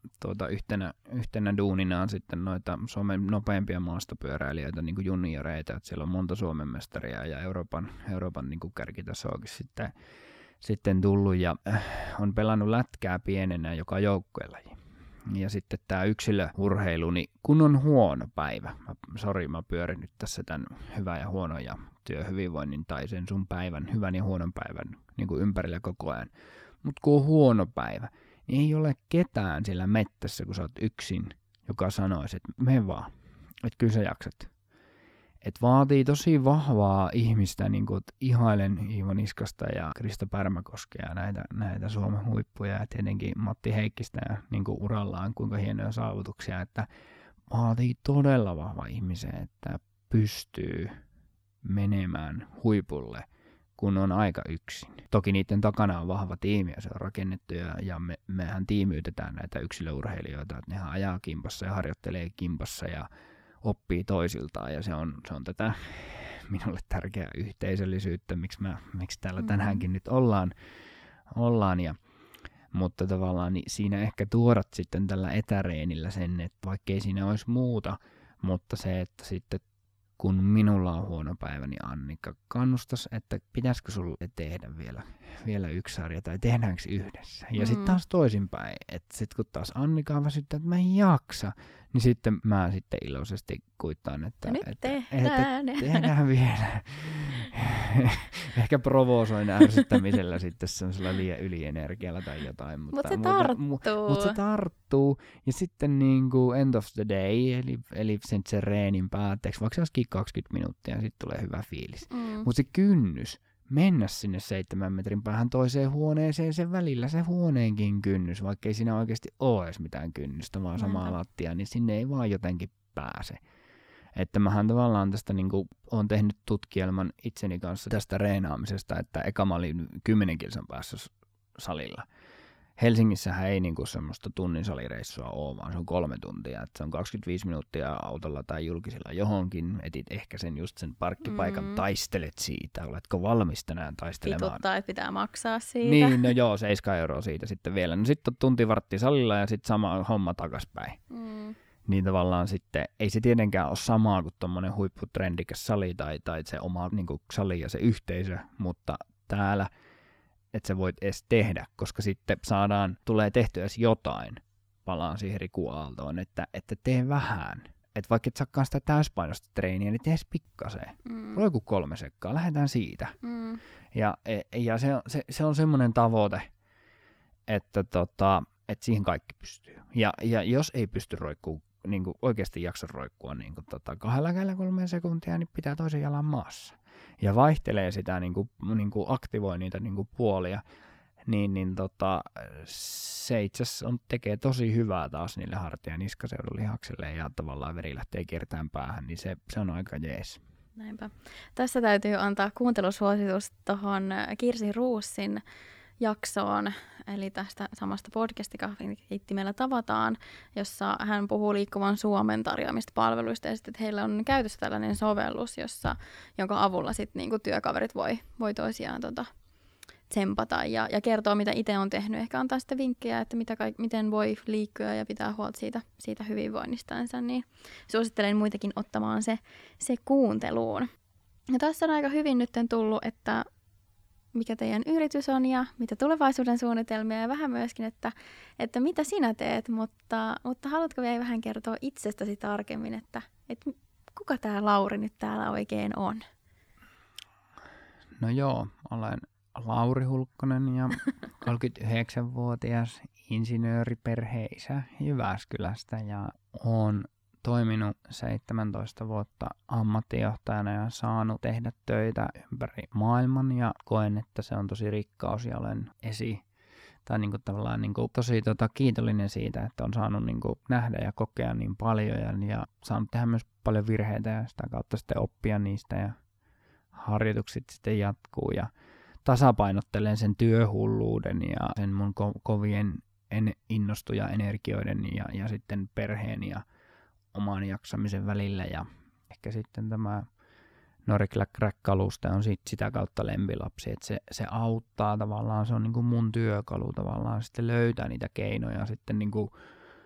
yhtenä duuninaan sitten noita Suomen nopeimpia maastopyöräilijöitä, niin kuin junioreita, että siellä on monta Suomen mestaria ja Euroopan niin kuin kärkitasoakin sitten tullut ja on pelannut lätkää pienenä joka joukkuelaji. Ja sitten tämä yksilöurheilu, niin kun on huono päivä, mä pyörin nyt tässä tämän hyvän ja huonon ja työhyvinvoinnin tai sen sun päivän, hyvän ja huonon päivän niin kuin ympärillä koko ajan. Mutta kun on huono päivä, niin ei ole ketään siellä mettässä, kun sä oot yksin, joka sanoisi, että mene vaan, että kyllä sä jaksat. Et vaatii tosi vahvaa ihmistä, niin kuin ihailen Iivo Niskasta ja Krista Pärmäkoskea, näitä Suomen huippuja ja tietenkin Matti Heikkistä ja niin kuin urallaan, kuinka hienoja saavutuksia, että vaatii todella vahva ihmisen, että pystyy menemään huipulle, kun on aika yksin. Toki niiden takana on vahva tiimi ja se on rakennettu ja mehän tiimiytetään näitä yksilöurheilijoita, että nehän ajaa kimpassa ja harjoittelee kimpassa ja oppii toisiltaan ja se on tätä minulle tärkeää yhteisöllisyyttä, miksi täällä tänäänkin nyt ollaan mutta tavallaan niin siinä ehkä tuodat sitten tällä etäreenillä sen, että vaikkei siinä olisi muuta, mutta se, että sitten kun minulla on huono päivä, niin Annika kannustas, että pitäisikö sulle tehdä vielä yksi sarja tai tehdäänkö yhdessä. Ja sitten taas toisinpäin, että sitten kun taas Annika on väsyttää, että mä en jaksa, niin sitten mä sitten iloisesti kuittaan, että tehdään vielä. Ehkä provosoin ärsyttämisellä sitten sellaisella liian ylienergialla tai jotain. Mutta se tarttuu. Mutta se tarttuu. Ja sitten niin kuin end of the day, eli sen reenin päätteeksi, vaikka se olisikin 20 minuuttia, niin sitten tulee hyvä fiilis. Mutta se kynnys, mennä sinne 7 metrin päähän toiseen huoneeseen, sen välillä se huoneenkin kynnys, vaikka ei siinä oikeasti ole edes mitään kynnystä, vaan samaa lattia, niin sinne ei vaan jotenkin pääse. Että mähän tavallaan tästä niin kuin olen tehnyt tutkielman itseni kanssa tästä reenaamisesta, että eka mä olin 10 kilsan päässä salilla. Helsingissähän ei niin kuin semmoista tunnin salireissua ole, vaan se on 3 tuntia. Että se on 25 minuuttia autolla tai julkisilla johonkin. Etit ehkä sen parkkipaikan, taistelet siitä. Oletko valmis tänään taistelemaan? Vituttaa, että pitää maksaa siitä. Niin, no joo, 7 € siitä sitten vielä. No sitten on tunti-vartti salilla ja sitten sama homma takaspäin. Niin tavallaan sitten, ei se tietenkään ole samaa kuin tommonen huipputrendikäs sali tai se oma niin kuin sali ja se yhteisö, mutta täällä että sä voit edes tehdä, koska sitten tulee tehtyä edes jotain, palaan siihen Riku Aaltoon, että tee vähän. Että vaikka et saakaan sitä täyspainosta treeniä, niin tee edes pikkaseen. Roiku 3 sekkaa, lähdetään siitä. Ja se on semmoinen tavoite, että siihen kaikki pystyy. Ja jos ei pysty roikkuu, niin oikeasti jaksa roikkua niin 2 kädellä 3 sekuntia, niin pitää toisen jalan maassa. Ja vaihtelee sitä, niin kuin aktivoi niitä niin kuin puolia, se itse asiassa tekee tosi hyvää taas niille hartia- ja niskaseudun lihakselle ja tavallaan veri lähtee kiertämään päähän, niin se on aika jees. Näinpä. Tässä täytyy antaa kuuntelusuositus tuohon Kirsi Ruussin jaksoon, eli tästä samasta podcastikahvittimellä tavataan, jossa hän puhuu Liikkuvan Suomen tarjoamista palveluista ja sitten, että heillä on käytössä tällainen sovellus, jonka avulla sitten niinku työkaverit voi toisiaan tsempata ja kertoa, mitä itse on tehnyt. Ehkä antaa sitten vinkkejä, että miten voi liikkua ja pitää huolta siitä hyvinvoinnistansa, niin suosittelen muitakin ottamaan se kuunteluun. Ja tässä on aika hyvin nyt tullut, että mikä teidän yritys on ja mitä tulevaisuuden suunnitelmia ja vähän myöskin, että mitä sinä teet, mutta haluatko vielä vähän kertoa itsestäsi tarkemmin, että kuka tämä Lauri nyt täällä oikein on? No joo, olen Lauri Hulkkonen ja 39-vuotias insinööriperheisä Jyväskylästä ja olen toiminut 17 vuotta ammattijohtajana ja saanut tehdä töitä ympäri maailman ja koen, että se on tosi rikkaus ja olen tavallaan tosi kiitollinen siitä, että on saanut nähdä ja kokea niin paljon ja saanut tehdä myös paljon virheitä ja sitä kautta sitten oppia niistä ja harjoitukset sitten jatkuu ja tasapainottelen sen työhulluuden ja sen mun kovien innostuja energioiden ja sitten perheen ja oman jaksamisen välillä ja ehkä sitten tämä Nordic Crack-kaluste on sitä kautta lempilapsi, että se auttaa tavallaan, se on niin kuin mun työkalu tavallaan sitten löytää niitä keinoja sitten niin kuin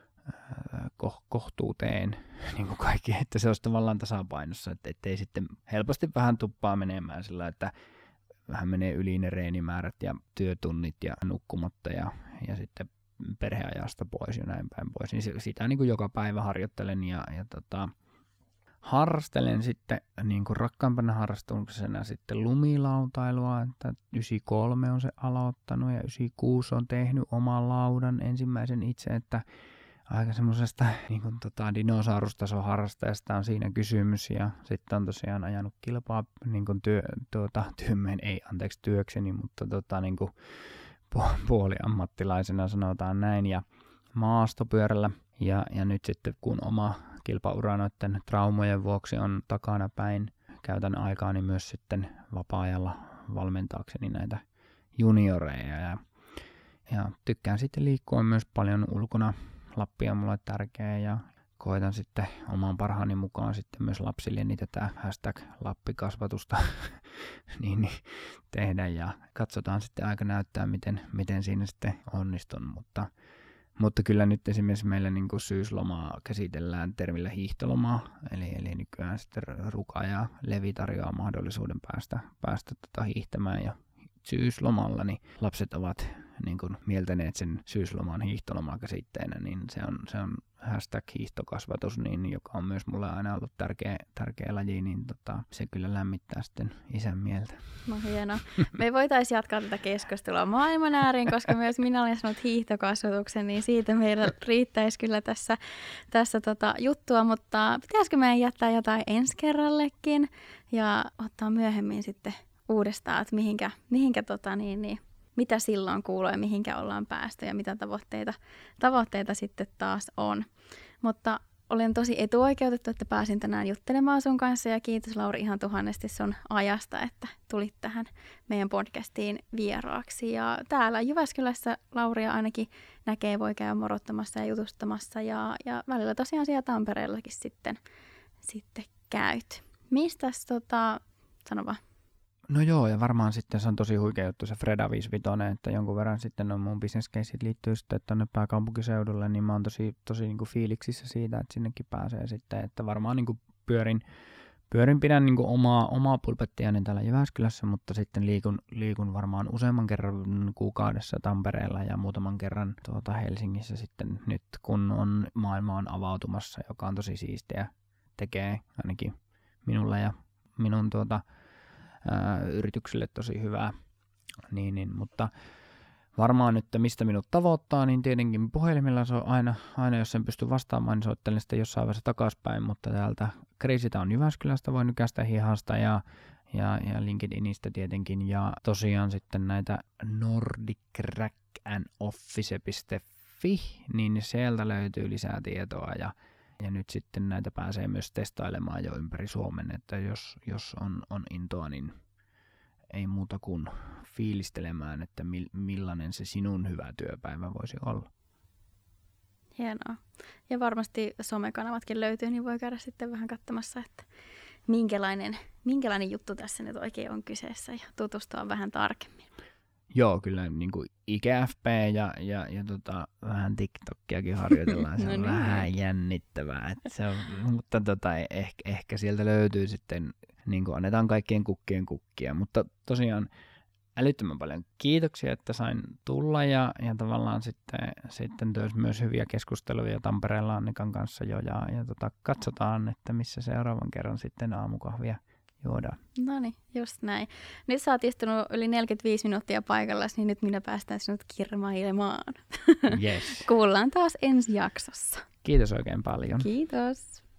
kohtuuteen niin kuin kaikki, että se olisi tavallaan tasapainossa, että ettei sitten helposti vähän tuppaa menemään sillä, että vähän menee yli ne reenimäärät ja työtunnit ja nukkumatta ja sitten perheajasta pois ja näin päin pois. Niin sitä niin kuin joka päivä harjoittelen ja harrastelen sitten niin kuin rakkaimpana harrastuksena sitten lumilautailua, että 93 on se aloittanut ja 96 on tehnyt oman laudan ensimmäisen itse, että aika semmoisesta niin kuin dinosaurustason harrastajasta on siinä kysymys ja sitten on tosiaan ajanut kilpaa niin kuin työkseni, mutta niin kuin puoliammattilaisena sanotaan näin ja maastopyörällä ja nyt sitten kun oma kilpaura noiden traumojen vuoksi on takana päin, käytän aikaani myös sitten vapaa-ajalla valmentaakseni näitä junioreja ja tykkään sitten liikkua myös paljon ulkona. Lappi on mulle tärkeä ja koitan sitten oman parhaani mukaan sitten myös lapsille niitä tätä #Lappikasvatusta niin tehdä ja katsotaan sitten aika näyttää, miten siinä sitten onnistun, mutta kyllä nyt esimerkiksi meillä niin kuin syyslomaa käsitellään termillä hiihtolomaa, eli nykyään sitten Ruka ja Levi tarjoaa mahdollisuuden päästä hiihtämään ja syyslomalla, niin lapset ovat niin kuin mieltäneet sen syysloman hiihtolomaa käsitteenä, niin se on #hiihtokasvatus, niin, joka on myös mulle aina ollut tärkeä laji, niin se kyllä lämmittää sitten isän mieltä. No hienoa. Me voitaisiin jatkaa tätä keskustelua maailman ääriin, koska myös minä olen sanonut hiihtokasvatuksen, niin siitä meillä riittäisi kyllä tässä juttua, mutta pitäisikö meidän jättää jotain ensi kerrallekin ja ottaa myöhemmin sitten uudestaan, että mitä silloin kuuluu ja mihinkä ollaan päästy ja mitä tavoitteita sitten taas on. Mutta olen tosi etuoikeutettu, että pääsin tänään juttelemaan sun kanssa ja kiitos Lauri ihan tuhannesti sun ajasta, että tulit tähän meidän podcastiin vieraaksi. Ja täällä Jyväskylässä Lauria ainakin näkee, voi käydä morottamassa ja jutustamassa ja välillä tosiaan siellä Tampereellakin sitten käyt. Mistäs sano vaan. No joo, ja varmaan sitten se on tosi huikea juttu se Freda 55, että jonkun verran sitten on mun business caseit liittyy sitten tuonne pääkaupunkiseudulle, niin mä oon tosi niin kuin fiiliksissä siitä, että sinnekin pääsee sitten, että varmaan niin kuin pidän niin kuin omaa pulpettiani täällä Jyväskylässä, mutta sitten liikun varmaan useamman kerran kuukaudessa Tampereella ja muutaman kerran Helsingissä sitten nyt, kun maailma on avautumassa, joka on tosi siistiä, tekee ainakin minulle ja minun yrityksille tosi hyvää, mutta varmaan nyt, mistä minut tavoittaa, niin tietenkin puhelimella se on aina jos en pysty vastaamaan, niin soittelen sitten jossain vaiheessa takaspäin, mutta täältä Crazy Town Jyväskylästä voi nykästä hihasta ja LinkedInistä tietenkin, ja tosiaan sitten näitä nordicrackandoffice.fi, niin sieltä löytyy lisää tietoa, ja nyt sitten näitä pääsee myös testailemaan jo ympäri Suomen, että jos on intoa, niin ei muuta kuin fiilistelemään, että millainen se sinun hyvä työpäivä voisi olla. Hienoa. Ja varmasti somekanavatkin löytyy, niin voi käydä sitten vähän katsomassa, että minkälainen juttu tässä nyt oikein on kyseessä ja tutustua vähän tarkemmin. Joo, kyllä niin kuin IGFP ja vähän TikTokiakin harjoitellaan, se on vähän jännittävää, että se on, mutta ehkä sieltä löytyy sitten, niin kuin annetaan kaikkien kukkien kukkia, mutta tosiaan älyttömän paljon kiitoksia, että sain tulla ja tavallaan sitten myös hyviä keskusteluja Tampereella Annikan kanssa jo ja katsotaan, että missä seuraavan kerran sitten aamukahvia juodaan. No niin, just näin. Nyt sä oot istunut yli 45 minuuttia paikalla, niin nyt minä päästään sinut kirmailemaan. Yes. Kuullaan taas ensi jaksossa. Kiitos oikein paljon. Kiitos.